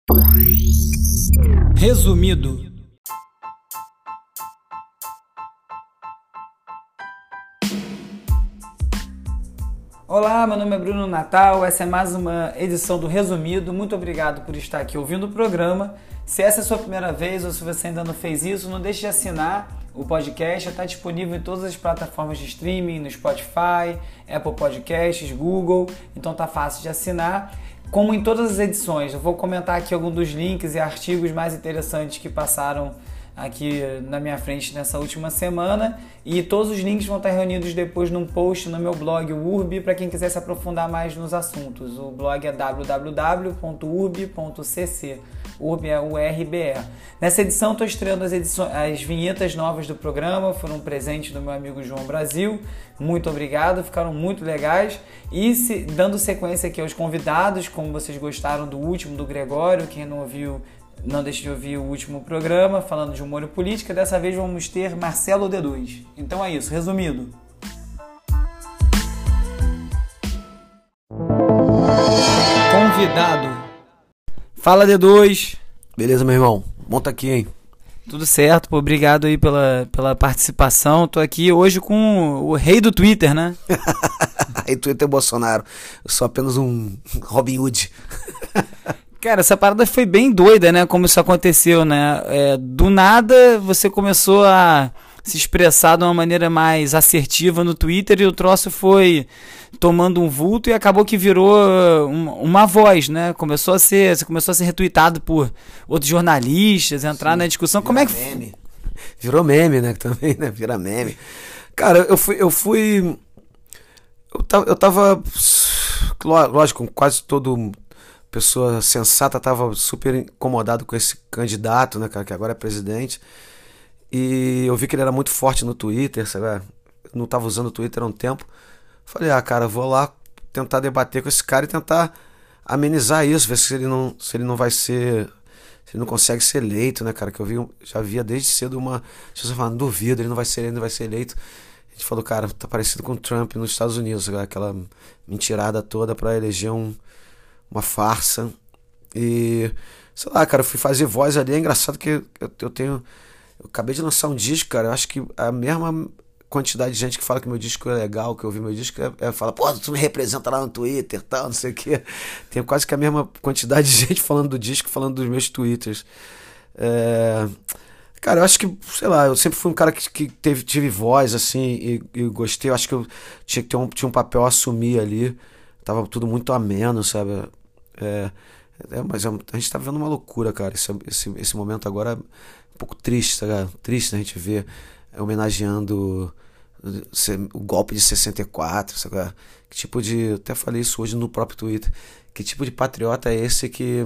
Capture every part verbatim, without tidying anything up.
Resumido. Olá, meu nome é Bruno Natal, essa é mais uma edição do Resumido. Muito obrigado por estar aqui ouvindo o programa. Se essa é a sua primeira vez ou se você ainda não fez isso, não deixe de assinar o podcast. Está disponível em todas as plataformas de streaming, no Spotify, Apple Podcasts, Google, então tá fácil de assinar. Como em todas as edições, eu vou comentar aqui alguns dos links e artigos mais interessantes que passaram aqui na minha frente nessa última semana, e todos os links vão estar reunidos depois num post no meu blog, o Urbi, para quem quiser se aprofundar mais nos assuntos. O blog é w w w ponto urbi ponto c c. Urbi é U R B E. Nessa edição estou estreando as, edições, as vinhetas novas do programa, foram um presente do meu amigo João Brasil. Muito obrigado, ficaram muito legais. E se, dando sequência aqui aos convidados, como vocês gostaram do último, do Gregório, quem não ouviu, não deixe de ouvir o último programa falando de humor e política. Dessa vez vamos ter Marcelo D dois. Então é isso, resumido. Convidado. Fala D dois. Beleza, meu irmão? Bom tá aqui, hein? Tudo certo, pô, obrigado aí pela, pela participação. Tô aqui hoje com o rei do Twitter, né? Aí Twitter Bolsonaro. Eu sou apenas um Robin Hood. Cara, essa parada foi bem doida, né? Como isso aconteceu, né? É, do nada você começou a se expressar de uma maneira mais assertiva no Twitter e o troço foi tomando um vulto e acabou que virou uma, uma voz, né? Começou a ser, você começou a ser retweetado por outros jornalistas, entrar Sim, na discussão. Como é que meme. Virou meme, né? Também, né? Vira meme. Cara, eu fui, eu fui, eu tava, eu tava, lógico, quase todo pessoa sensata tava super incomodado com esse candidato, né, cara, que agora é presidente. E eu vi que ele era muito forte no Twitter, sabe? Eu não tava usando o Twitter há um tempo. Falei, ah, cara, vou lá tentar debater com esse cara e tentar amenizar isso, ver se ele não, se ele não vai ser, se ele não consegue ser eleito, né, cara? Que eu vi, já via desde cedo uma pessoa falando, duvido, ele não vai ser, ele não vai ser eleito. A gente falou, cara, tá parecido com o Trump nos Estados Unidos, sabe? Aquela mentirada toda pra eleger um uma farsa. E sei lá, cara, eu fui fazer voz ali. É engraçado que eu, eu tenho eu acabei de lançar um disco, cara. Eu acho que a mesma quantidade de gente que fala que meu disco é legal, que ouviu meu disco, é, é fala, pô, tu me representa lá no Twitter, tal, não sei o que. Tem quase que a mesma quantidade de gente falando do disco, falando dos meus twitters. É... Cara, eu acho que, sei lá, eu sempre fui um cara que, que teve, tive voz, assim, e, e gostei. Eu acho que eu tinha que ter um, tinha um papel a assumir ali. Tava tudo muito ameno, sabe? É, é, mas a gente tá vivendo uma loucura, cara. Esse, esse, esse momento agora é um pouco triste, tá? Triste a gente ver é, homenageando o golpe de sessenta e quatro, sabe? Que tipo de... Eu até falei isso hoje no próprio Twitter. Que tipo de patriota é esse que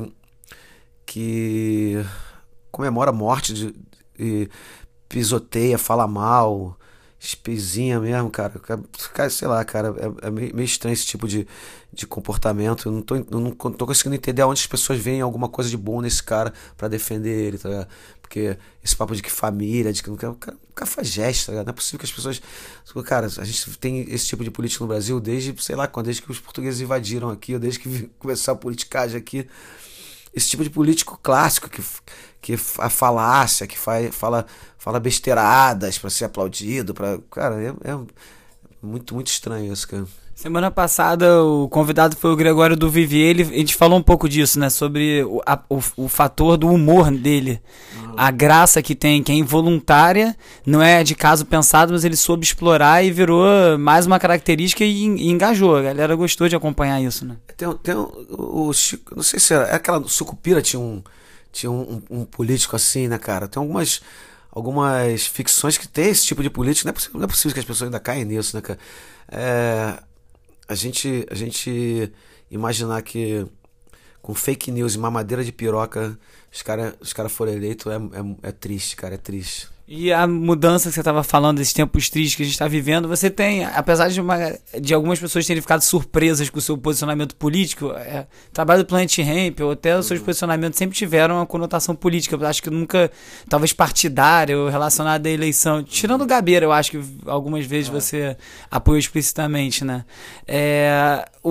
que comemora a morte de, e pisoteia, fala mal, espizinha mesmo, cara. cara sei lá, cara, é, é meio, meio estranho esse tipo de, de comportamento. Eu não tô, eu não tô conseguindo entender aonde as pessoas veem alguma coisa de bom nesse cara pra defender ele, tá ligado? Porque esse papo de que família, de que não quer, o cara, o cara faz gesto, tá ligado? Não é possível que as pessoas... Cara, a gente tem esse tipo de política no Brasil desde, sei lá, quando, desde que os portugueses invadiram aqui, ou desde que começou a politicagem aqui. Esse tipo de político clássico que, que a falácia, que faz, fala, fala besteiradas pra ser aplaudido, pra, cara, é, é muito, muito estranho isso, cara. Semana passada o convidado foi o Gregório do Vivier, ele, a gente falou um pouco disso, né, sobre o, a, o, o fator do humor dele, uhum. A graça que tem, que é involuntária, não é de caso pensado, mas ele soube explorar e virou mais uma característica e, e engajou, a galera gostou de acompanhar isso, né. Tem, tem o, o Chico, não sei se era, é aquela Sucupira tinha um, tinha um, um, um político assim, né, cara, tem algumas... algumas ficções que tem esse tipo de político, não é possível, não é possível que as pessoas ainda caem nisso, né, cara. É, a gente, a gente imaginar que com fake news e mamadeira de piroca os caras os cara foram eleitos é, é, é triste, cara, é triste. E a mudança que você estava falando, desses tempos tristes que a gente está vivendo, você tem, apesar de, uma, de algumas pessoas terem ficado surpresas com o seu posicionamento político, é, trabalho do Planet Hemp, ou até os seus uhum. posicionamentos sempre tiveram uma conotação política, eu acho que nunca, talvez partidária ou relacionada à eleição, tirando o Gabeira, eu acho que algumas vezes é. você apoiou explicitamente, né? É, o,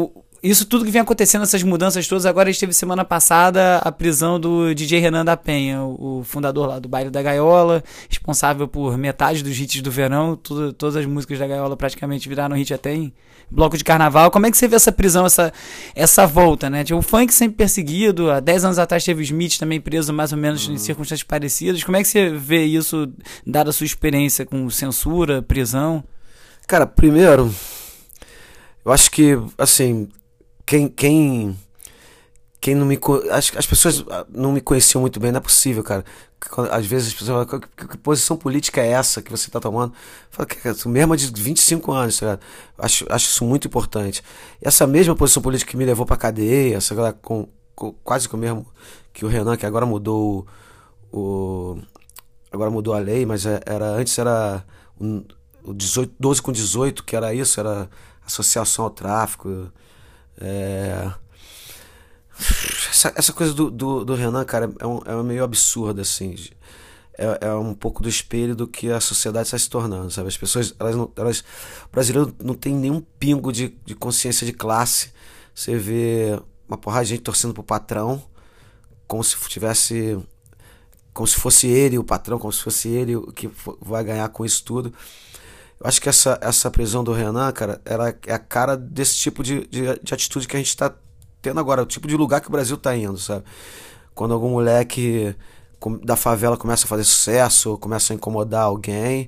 isso tudo que vem acontecendo, essas mudanças todas, agora a gente teve semana passada a prisão do D J Renan da Penha, o, o fundador lá do Baile da Gaiola, responsável por metade dos hits do verão, tudo, todas as músicas da Gaiola praticamente viraram hit até em bloco de carnaval. Como é que você vê essa prisão, essa, essa volta, né? Tipo, o funk sempre perseguido, há dez anos atrás teve o Smith também preso mais ou menos uhum. em circunstâncias parecidas. Como é que você vê isso, dada a sua experiência com censura, prisão? Cara, primeiro, eu acho que, assim, quem... quem... Quem não me as, as pessoas não me conheciam muito bem, não é possível, cara. Às vezes as pessoas falam, que, que posição política é essa que você está tomando? Fala, cara, mesmo de vinte e cinco anos, tá ligado? Acho, acho isso muito importante. E essa mesma posição política que me levou pra cadeia, essa galera com, com quase que o mesmo que o Renan, que agora mudou o, o agora mudou a lei, mas era antes era um, o dezoito, doze com dezoito, que era isso, era associação ao tráfico. É... Essa, essa coisa do, do, do Renan, cara, é, um, é meio absurda, assim. É, é um pouco do espelho do que a sociedade está se tornando, sabe? As pessoas, elas não, elas, o brasileiro não tem nenhum pingo de, de consciência de classe. Você vê uma porrada de gente torcendo pro patrão, como se tivesse, como se fosse ele o patrão, como se fosse ele o que vai ganhar com isso tudo. Eu acho que essa, essa prisão do Renan, cara, ela é a cara desse tipo de, de, de atitude que a gente está tendo agora, o tipo de lugar que o Brasil tá indo, sabe? Quando algum moleque da favela começa a fazer sucesso, começa a incomodar alguém,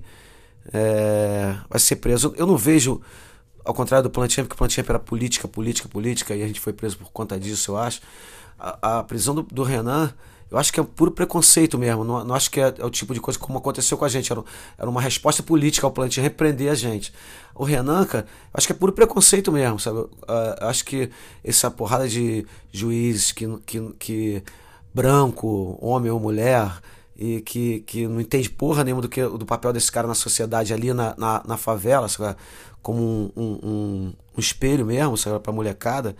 é, vai ser preso. Eu não vejo, ao contrário do Plantinha, porque o Plantinha era política, política, política, e a gente foi preso por conta disso, eu acho. A, a prisão do, do Renan, eu acho que é puro preconceito mesmo, não, não acho que é, é o tipo de coisa como aconteceu com a gente, era, era uma resposta política ao Plantinha repreender a gente. O Renan, cara, acho que é puro preconceito mesmo, sabe? Uh, acho que essa porrada de juízes que, que, que branco, homem ou mulher, e que, que não entende porra nenhuma do, que, do papel desse cara na sociedade ali na, na, na favela, sabe? Como um, um, um, um espelho mesmo, sabe? Pra molecada.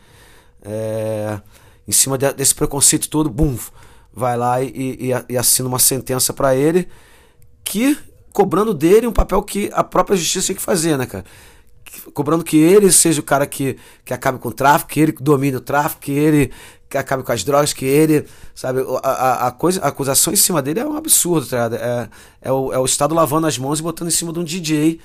É, em cima de, desse preconceito todo, bum, vai lá e, e, e assina uma sentença pra ele que... cobrando dele um papel que a própria justiça tem que fazer, né, cara? Cobrando que ele seja o cara que, que acabe com o tráfico, que ele domine o tráfico, que ele que acabe com as drogas, que ele, sabe, a, a, a, coisa, a acusação em cima dele é um absurdo, tá ligado? É, é, o, é o Estado lavando as mãos e botando em cima de um D J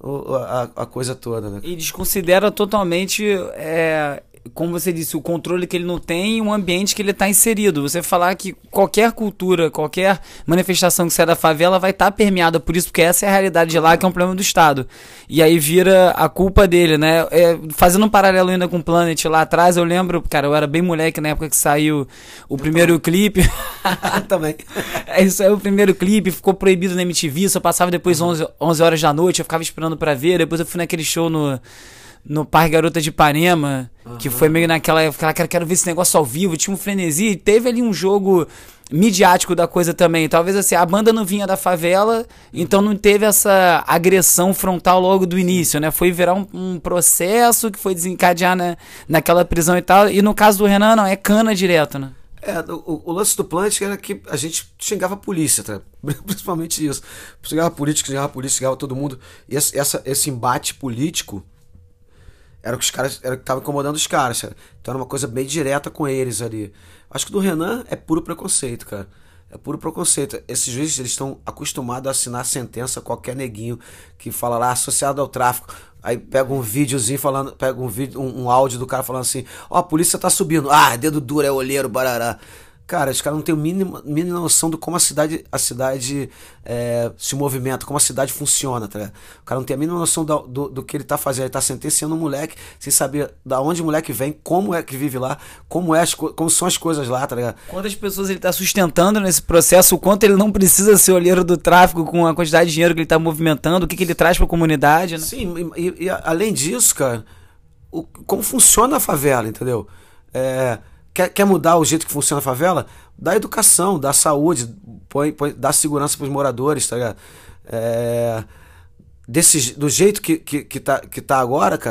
a, a coisa toda, né? E desconsidera totalmente... É... como você disse, o controle que ele não tem e o ambiente que ele está inserido. Você falar que qualquer cultura, qualquer manifestação que sai da favela vai estar tá permeada por isso, porque essa é a realidade de lá, que é um problema do Estado. E aí vira a culpa dele, né? É, fazendo um paralelo ainda com o Planet lá atrás, eu lembro, cara, eu era bem moleque na época que saiu o primeiro clipe. Também. É, isso aí, o primeiro clipe, ficou proibido na M T V, só passava depois uhum. onze horas da noite, eu ficava esperando pra ver, depois eu fui naquele show no... no Parque Garota de Ipanema, uhum. que foi meio naquela época, cara, quero ver esse negócio ao vivo, tinha um frenesi, e teve ali um jogo midiático da coisa também, talvez assim, a banda não vinha da favela, então não teve essa agressão frontal logo do início, né, foi virar um, um processo que foi desencadear na, naquela prisão e tal, e no caso do Renan, não, é cana direto, né. É, o, o lance do Plant era que a gente xingava a polícia, tá? Principalmente isso, xingava a política, xingava a polícia, xingava todo mundo, e esse, essa, esse embate político era o que os caras, era o que tava incomodando os caras, cara. Então era uma coisa bem direta com eles ali. Acho que do Renan é puro preconceito, cara. É puro preconceito. Esses juízes, eles estão acostumados a assinar sentença a qualquer neguinho que fala lá, associado ao tráfico. Aí pega um videozinho falando, pega um vídeo, um, um áudio do cara falando assim, ó, oh, a polícia tá subindo. Ah, dedo duro, é olheiro, barará. Cara, os caras não têm a mínima, mínima noção de como a cidade, a cidade é, se movimenta, como a cidade funciona, tá ligado? O cara não tem a mínima noção do, do, do que ele tá fazendo. Ele tá sentenciando um moleque sem saber da onde o moleque vem, como é que vive lá, como, é as, como são as coisas lá, tá ligado? Quantas pessoas ele tá sustentando nesse processo, o quanto ele não precisa ser olheiro do tráfico com a quantidade de dinheiro que ele tá movimentando, o que, que ele traz pra comunidade, né? Sim, e, e, e além disso, cara, o, como funciona a favela, entendeu? É... Quer, quer mudar o jeito que funciona a favela? Dá educação, dá saúde, põe, põe, dá segurança pros moradores, tá ligado? É, desse, do jeito que, que, que, tá, que tá agora, cara,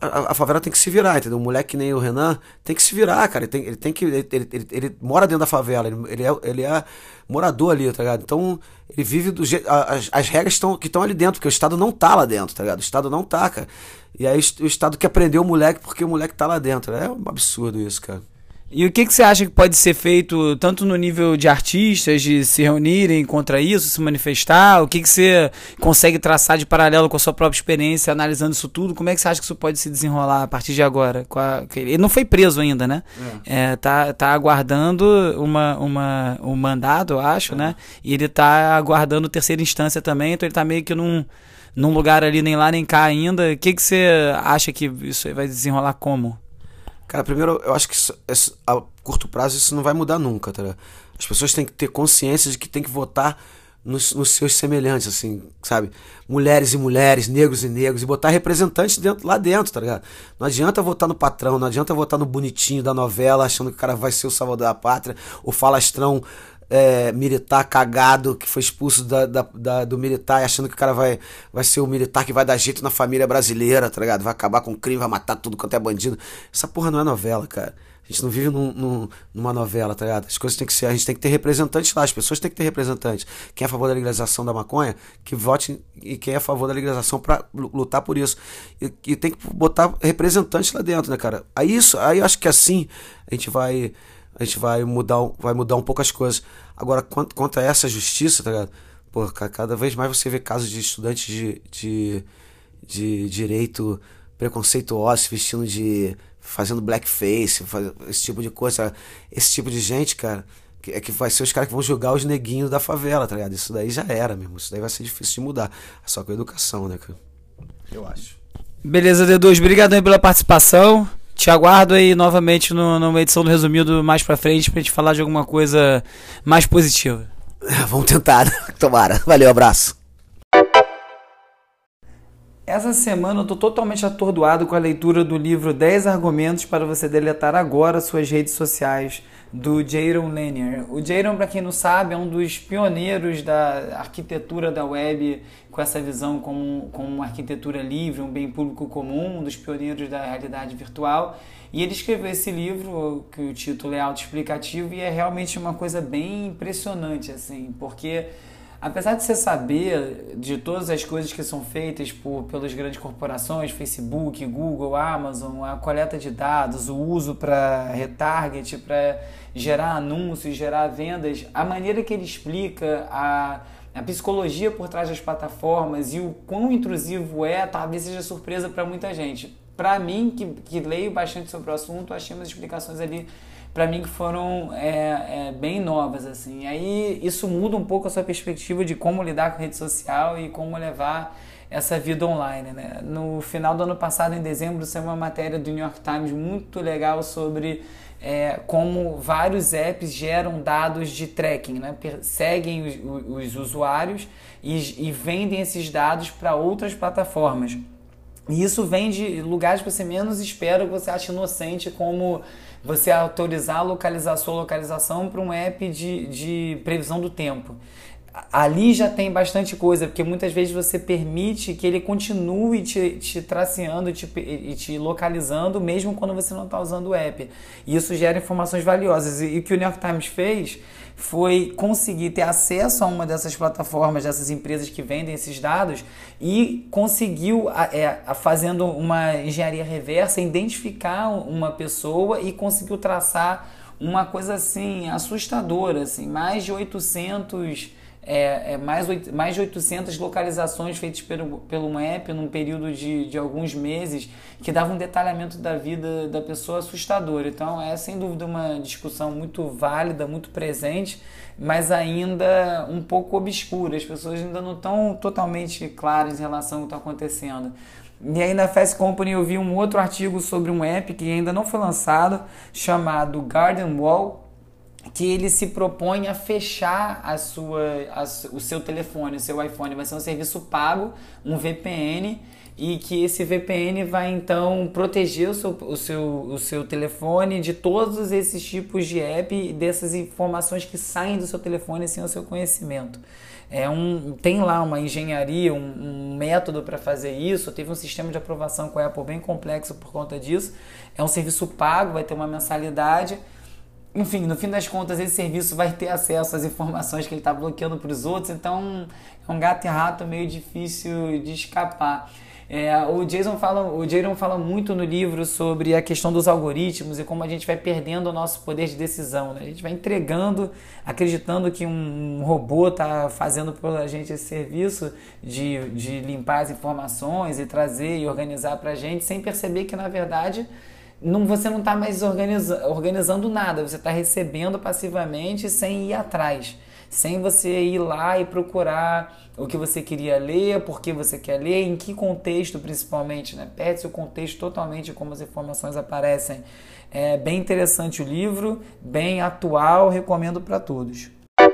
a, a favela tem que se virar, entendeu? Um moleque que nem o Renan tem que se virar, cara. Ele tem, ele tem que. Ele, ele, ele, ele mora dentro da favela, ele, ele, é, ele é morador ali, tá ligado? Então, ele vive do jeito. As, as regras tão, que estão ali dentro, porque o Estado não tá lá dentro, tá ligado? O Estado não tá, cara. E aí o Estado quer prender o moleque porque o moleque tá lá dentro. É um absurdo isso, cara. E o que, que você acha que pode ser feito, tanto no nível de artistas, de se reunirem contra isso, se manifestar? O que, que você consegue traçar de paralelo com a sua própria experiência, analisando isso tudo? Como é que você acha que isso pode se desenrolar a partir de agora? Com a... Ele não foi preso ainda, né? É. É, tá, tá aguardando uma, uma, um mandado, eu acho, é. né? E ele tá aguardando terceira instância também, então ele tá meio que num, num lugar ali, nem lá nem cá ainda. O que, que você acha que isso vai desenrolar como? Cara, primeiro, eu acho que isso, isso, a curto prazo isso não vai mudar nunca, tá ligado? As pessoas têm que ter consciência de que tem que votar nos, nos seus semelhantes, assim, sabe? Mulheres e mulheres, negros e negros, e botar representantes dentro, lá dentro, tá ligado? Não adianta votar no patrão, não adianta votar no bonitinho da novela, achando que o cara vai ser o salvador da pátria, o falastrão é, militar cagado que foi expulso da, da, da, do militar e achando que o cara vai, vai ser o militar que vai dar jeito na família brasileira, tá ligado? Vai acabar com o crime, vai matar tudo quanto é bandido. Essa porra não é novela, cara. A gente não vive num, num, numa novela, tá ligado? As coisas têm que ser, a gente tem que ter representantes lá, as pessoas têm que ter representantes. Quem é a favor da legalização da maconha, que vote, e quem é a favor da legalização pra lutar por isso. E, e tem que botar representantes lá dentro, né, cara? Aí isso, aí eu acho que assim a gente vai... a gente vai mudar, vai mudar um pouco as coisas. Agora, quanto, quanto a essa justiça, tá ligado? Pô, cada vez mais você vê casos de estudantes de, de, de direito preconceituosos, vestindo de... fazendo blackface, faz, esse tipo de coisa, sabe? Esse tipo de gente, cara, que, é que vai ser os caras que vão julgar os neguinhos da favela, tá ligado? Isso daí já era mesmo, isso daí vai ser difícil de mudar. É só com a educação, né, cara? Eu acho. Beleza, D dois, obrigado aí pela participação. Te aguardo aí novamente no, numa edição do Resumido mais pra frente pra gente falar de alguma coisa mais positiva. Vamos tentar, tomara. Valeu, abraço. Essa semana eu tô totalmente atordoado com a leitura do livro dez argumentos para você deletar agora suas redes sociais, do Jaron Lanier. O Jaron, para quem não sabe, é um dos pioneiros da arquitetura da web, com essa visão como, como uma arquitetura livre, um bem público comum, um dos pioneiros da realidade virtual. E ele escreveu esse livro, que o título é autoexplicativo, e é realmente uma coisa bem impressionante, assim, porque apesar de você saber de todas as coisas que são feitas por, pelas grandes corporações, Facebook, Google, Amazon, a coleta de dados, o uso para retarget, para gerar anúncios, gerar vendas, a maneira que ele explica a, a psicologia por trás das plataformas e o quão intrusivo é, talvez seja surpresa para muita gente. Para mim, que, que leio bastante sobre o assunto, achei umas explicações ali para mim que foram é, é, bem novas, assim. Aí isso muda um pouco a sua perspectiva de como lidar com rede social e como levar essa vida online, né? No final do ano passado, em dezembro, saiu uma matéria do New York Times muito legal sobre é, como vários apps geram dados de tracking, né? Seguem os, os usuários e, e vendem esses dados para outras plataformas. E isso vem de lugares que você menos espera, que você acha inocente, como você autorizar a localizar a sua localização para um app de, de previsão do tempo. Ali já tem bastante coisa, porque muitas vezes você permite que ele continue te, te traceando te, e te localizando, mesmo quando você não está usando o app. E isso gera informações valiosas. E, e o que o New York Times fez foi conseguir ter acesso a uma dessas plataformas, dessas empresas que vendem esses dados, e conseguiu, é, fazendo uma engenharia reversa, identificar uma pessoa e conseguiu traçar uma coisa assim assustadora, assim, mais de oitocentos... É, é mais, mais de oitocentas localizações feitas pelo, pelo um app num período de, de alguns meses, que dava um detalhamento da vida da pessoa assustador. Então é sem dúvida uma discussão muito válida, muito presente, mas ainda um pouco obscura. As pessoas ainda não estão totalmente claras em relação ao que está acontecendo. E aí na Fast Company eu vi um outro artigo sobre um app que ainda não foi lançado, chamado Garden Wall. que ele se propõe a fechar a sua, a, o seu telefone, o seu iPhone. Vai ser um serviço pago, um V P N, e que esse V P N vai então proteger o seu, o seu, o seu telefone de todos esses tipos de app e dessas informações que saem do seu telefone sem o seu conhecimento. É um, tem lá uma engenharia, um, um método para fazer isso, teve um sistema de aprovação com a Apple bem complexo por conta disso. É um serviço pago, vai ter uma mensalidade. Enfim, no fim das contas, esse serviço vai ter acesso às informações que ele está bloqueando para os outros, então é um gato e rato meio difícil de escapar. É, o Jason fala, o Jaron fala muito no livro sobre a questão dos algoritmos e como a gente vai perdendo o nosso poder de decisão, né? A gente vai entregando, acreditando que um robô está fazendo pela gente esse serviço de, de limpar as informações e trazer e organizar para a gente, sem perceber que, na verdade, não, você não está mais organiza, organizando nada, você está recebendo passivamente sem ir atrás, sem você ir lá e procurar o que você queria ler, por que você quer ler, em que contexto principalmente, né? Perde-se o contexto totalmente de como as informações aparecem. É bem interessante o livro, bem atual, recomendo para todos.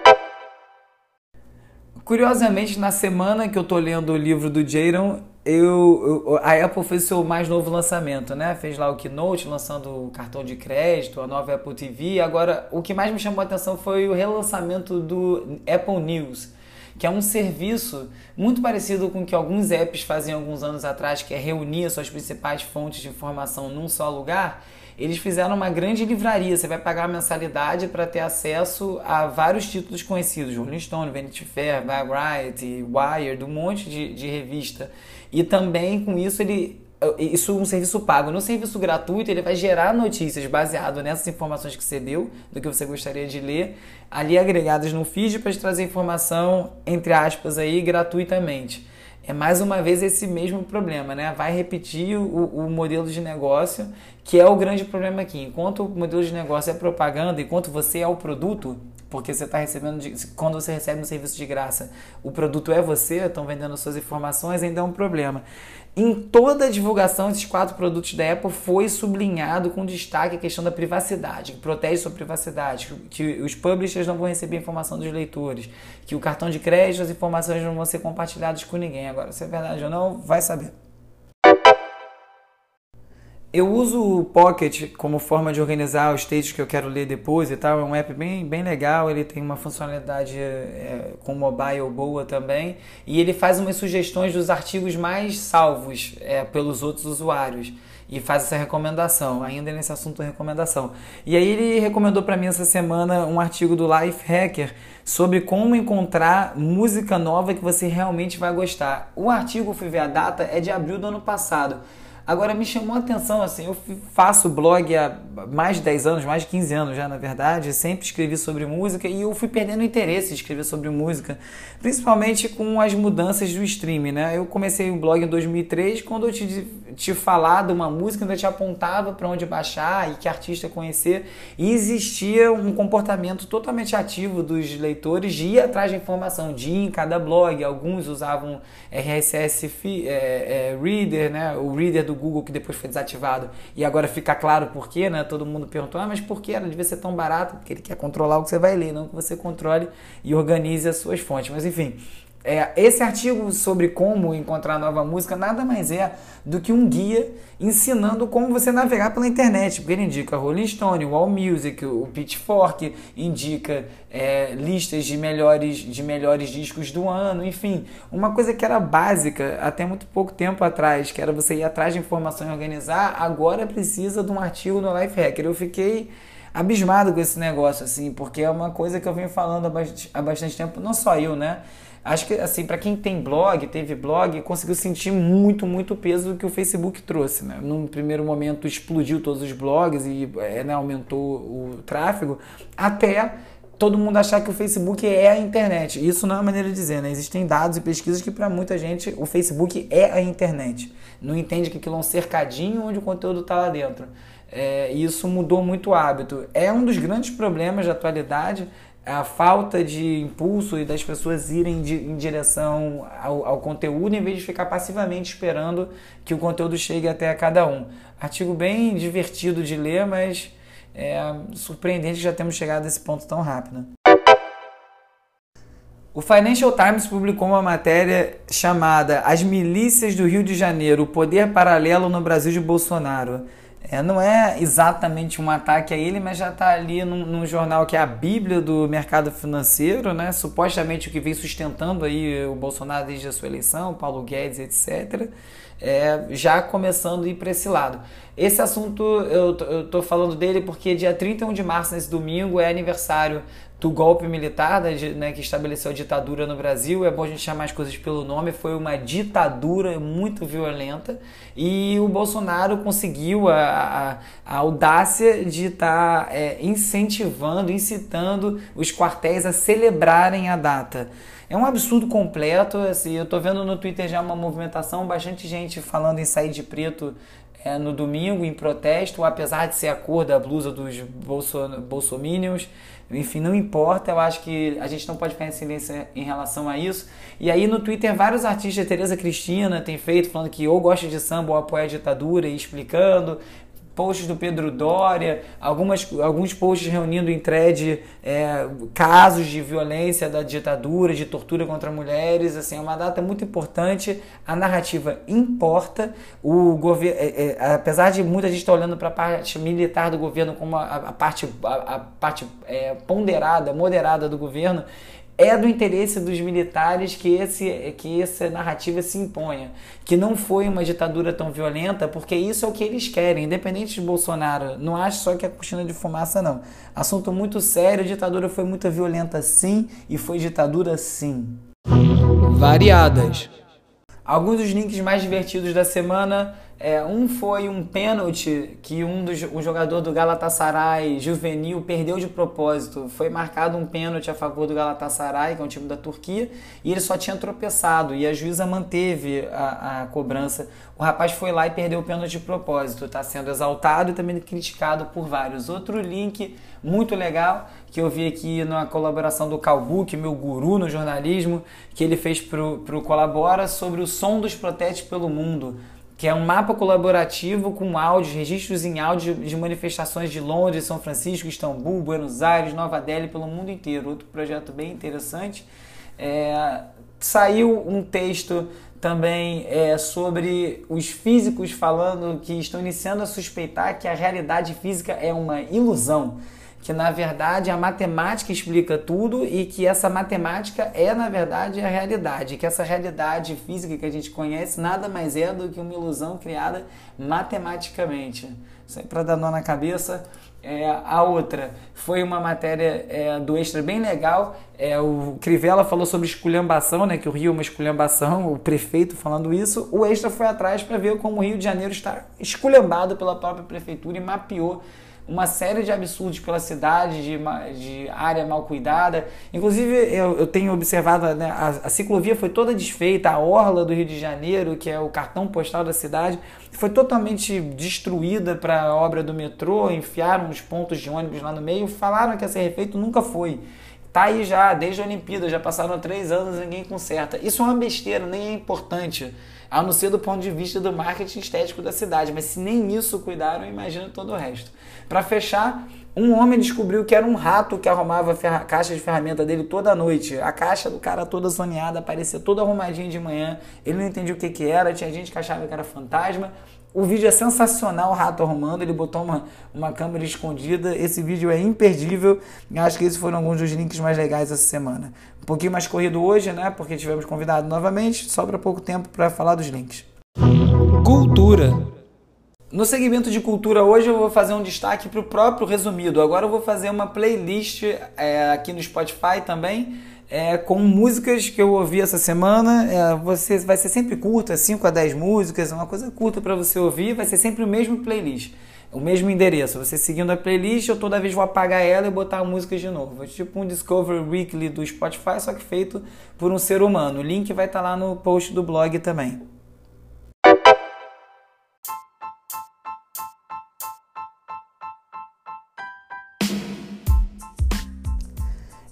Curiosamente, na semana que eu estou lendo o livro do Jaron, eu, eu, a Apple fez seu mais novo lançamento, né? Fez lá o Keynote, lançando o cartão de crédito, a nova Apple T V. Agora, o que mais me chamou a atenção foi o relançamento do Apple News, que é um serviço muito parecido com o que alguns apps faziam alguns anos atrás, que é reunir as suas principais fontes de informação num só lugar. Eles fizeram uma grande livraria, você vai pagar a mensalidade para ter acesso a vários títulos conhecidos, Rolling Stone, Vanity Fair, Variety, Wired, um monte de, de revista. E também com isso ele... Isso é um serviço pago. No serviço gratuito, ele vai gerar notícias baseado nessas informações que você deu, do que você gostaria de ler, ali agregadas no feed para te trazer informação, entre aspas, aí, gratuitamente. É mais uma vez esse mesmo problema, né? Vai repetir o, o modelo de negócio, que é o grande problema aqui. Enquanto o modelo de negócio é propaganda, enquanto você é o produto, porque você está recebendo, de, quando você recebe um serviço de graça, o produto é você, estão vendendo suas informações, ainda é um problema. Em toda a divulgação desses quatro produtos da Apple foi sublinhado com destaque a questão da privacidade, que protege sua privacidade, que, que os publishers não vão receber informação dos leitores, que o cartão de crédito, as informações não vão ser compartilhadas com ninguém. Agora, se é verdade ou não, vai saber. Eu uso o Pocket como forma de organizar os textos que eu quero ler depois e tal. É um app bem, bem legal, ele tem uma funcionalidade é, com mobile boa também. E ele faz umas sugestões dos artigos mais salvos é, pelos outros usuários. E faz essa recomendação, ainda nesse assunto de recomendação. E aí ele recomendou para mim essa semana um artigo do Lifehacker sobre como encontrar música nova que você realmente vai gostar. O artigo, fui ver a data, é de abril do ano passado. Agora, me chamou a atenção, assim, eu faço blog há mais de dez anos, mais de quinze anos já, na verdade, sempre escrevi sobre música e eu fui perdendo interesse em escrever sobre música, principalmente com as mudanças do streaming, né? Eu comecei o blog em dois mil e três, quando eu te, te falar de uma música, ainda te apontava para onde baixar e que artista conhecer, e existia um comportamento totalmente ativo dos leitores de ir atrás de informação, de ir em cada blog. Alguns usavam R S S é, é, Reader, né? O Reader do Google, que depois foi desativado, e agora fica claro por quê, né? Todo mundo perguntou, ah, mas por que ela devia ser tão barata? Porque ele quer controlar o que você vai ler, não que você controle e organize as suas fontes. Mas enfim, é, esse artigo sobre como encontrar nova música nada mais é do que um guia ensinando como você navegar pela internet, porque ele indica Rolling Stone, o AllMusic, o Pitchfork, indica é, listas de melhores, de melhores discos do ano, enfim, uma coisa que era básica até muito pouco tempo atrás, que era você ir atrás de informação e organizar, agora precisa de um artigo no Lifehacker. Eu fiquei abismado com esse negócio, assim, porque é uma coisa que eu venho falando há bastante, há bastante tempo, não só eu, né? Acho que, assim, para quem tem blog, teve blog, conseguiu sentir muito, muito peso do que o Facebook trouxe, né? Num primeiro momento explodiu todos os blogs e é, né, aumentou o tráfego, até todo mundo achar que o Facebook é a internet. Isso não é uma maneira de dizer, né? Existem dados e pesquisas que para muita gente o Facebook é a internet. Não entende que aquilo é um cercadinho onde o conteúdo está lá dentro. É, isso mudou muito o hábito. É um dos grandes problemas da atualidade, a falta de impulso e das pessoas irem de, em direção ao, ao conteúdo, em vez de ficar passivamente esperando que o conteúdo chegue até a cada um. Artigo bem divertido de ler, mas É surpreendente que já temos chegado a esse ponto tão rápido. O Financial Times publicou uma matéria chamada As Milícias do Rio de Janeiro, o poder paralelo no Brasil de Bolsonaro. É, não é exatamente um ataque a ele, mas já está ali num, num jornal que é a Bíblia do mercado financeiro, né? Supostamente o que vem sustentando aí o Bolsonaro desde a sua eleição, Paulo Guedes, etcétera. É, já começando a ir para esse lado. Esse assunto eu estou falando dele porque dia trinta e um de março, nesse domingo, é aniversário do golpe militar, né, que estabeleceu a ditadura no Brasil. É bom a gente chamar as coisas pelo nome. Foi uma ditadura muito violenta e o Bolsonaro conseguiu a, a, a audácia de estar tá, é, incentivando, incitando os quartéis a celebrarem a data. É um absurdo completo. Assim, eu tô vendo no Twitter já uma movimentação, bastante gente falando em sair de preto é, no domingo, em protesto, apesar de ser a cor da blusa dos bolso, bolsominions. Enfim, não importa, eu acho que a gente não pode ficar em silêncio em relação a isso. E aí no Twitter vários artistas, Tereza Cristina tem feito, falando que ou gosta de samba ou apoia a ditadura e explicando. Posts do Pedro Doria, algumas, alguns posts reunindo em thread é, casos de violência da ditadura, de tortura contra mulheres. Assim, é uma data muito importante, a narrativa importa. O governo, é, é, apesar de muita gente estar olhando para a parte militar do governo como a, a parte, a, a parte é, ponderada, moderada do governo, é do interesse dos militares que, esse, que essa narrativa se imponha, que não foi uma ditadura tão violenta, porque isso é o que eles querem, independente de Bolsonaro. Não acho só que é cortina de fumaça, não. Assunto muito sério, a ditadura foi muito violenta sim, e foi ditadura sim. Variadas. Alguns dos links mais divertidos da semana, é, um foi um pênalti que um dos, um jogador do Galatasaray juvenil perdeu de propósito. Foi marcado um pênalti a favor do Galatasaray, que é um time da Turquia, e ele só tinha tropeçado, e a juíza manteve a, a cobrança. O rapaz foi lá e perdeu o pênalti de propósito. Está sendo exaltado e também criticado por vários. Outro link muito legal que eu vi aqui na colaboração do Calbuque, meu guru no jornalismo, que ele fez para o Colabora sobre o som dos protestos pelo mundo, que é um mapa colaborativo com áudios, registros em áudio de manifestações de Londres, São Francisco, Istambul, Buenos Aires, Nova Delhi, pelo mundo inteiro. Outro projeto bem interessante. É, saiu um texto também é, sobre os físicos falando que estão iniciando a suspeitar que a realidade física é uma ilusão, que na verdade a matemática explica tudo e que essa matemática é na verdade a realidade, que essa realidade física que a gente conhece nada mais é do que uma ilusão criada matematicamente. Isso aí para dar nó na cabeça. É, a outra foi uma matéria é, do Extra bem legal. É, o Crivella falou sobre esculhambação, né, que o Rio é uma esculhambação, o prefeito falando isso. O Extra foi atrás para ver como o Rio de Janeiro está esculhambado pela própria prefeitura e mapeou uma série de absurdos pela cidade, de, de área mal cuidada. Inclusive, eu, eu tenho observado, né, a, a ciclovia foi toda desfeita, a orla do Rio de Janeiro, que é o cartão postal da cidade, foi totalmente destruída para a obra do metrô, enfiaram os pontos de ônibus lá no meio, falaram que ia ser refeito, nunca foi. Tá aí já, desde a Olimpíada, já passaram três anos e ninguém conserta. Isso é uma besteira, nem é importante, a não ser do ponto de vista do marketing estético da cidade, mas se nem isso cuidaram, imagina todo o resto. Para fechar, um homem descobriu que era um rato que arrumava a caixa de ferramenta dele toda noite. A caixa do cara toda zoneada, aparecia toda arrumadinha de manhã, ele não entendia o que que era, tinha gente que achava que era fantasma. O vídeo é sensacional, o rato arrumando, ele botou uma, uma câmera escondida, esse vídeo é imperdível, acho que esses foram alguns dos links mais legais essa semana. Um pouquinho mais corrido hoje, né, porque tivemos convidado novamente, sobra pouco tempo para falar dos links. Cultura. No segmento de cultura hoje eu vou fazer um destaque para o próprio resumido, agora eu vou fazer uma playlist é, aqui no Spotify também, É, com músicas que eu ouvi essa semana. É, você, vai ser sempre curta, cinco a dez músicas, uma coisa curta para você ouvir, vai ser sempre o mesmo playlist, o mesmo endereço. Você seguindo a playlist, eu toda vez vou apagar ela e botar músicas de novo. É tipo um Discover Weekly do Spotify, só que feito por um ser humano. O link vai estar lá no post do blog também.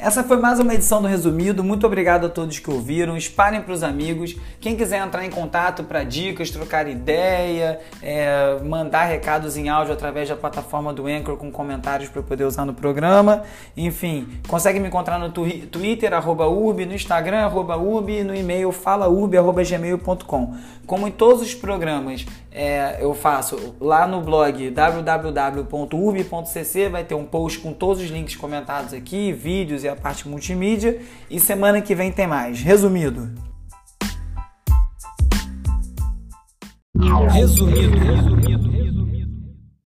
Essa foi mais uma edição do Resumido. Muito obrigado a todos que ouviram. Espalhem para os amigos. Quem quiser entrar em contato para dicas, trocar ideia, é, mandar recados em áudio através da plataforma do Anchor com comentários para eu poder usar no programa. Enfim, consegue me encontrar no twi- Twitter, arroba urb, no Instagram, arroba urb, e no e-mail falaurb, arroba gmail ponto com. Como em todos os programas, é, eu faço lá no blog w w w ponto urb ponto c c, vai ter um post com todos os links comentados aqui, vídeos e a parte multimídia, e semana que vem tem mais. Resumido. Resumido. Resumido.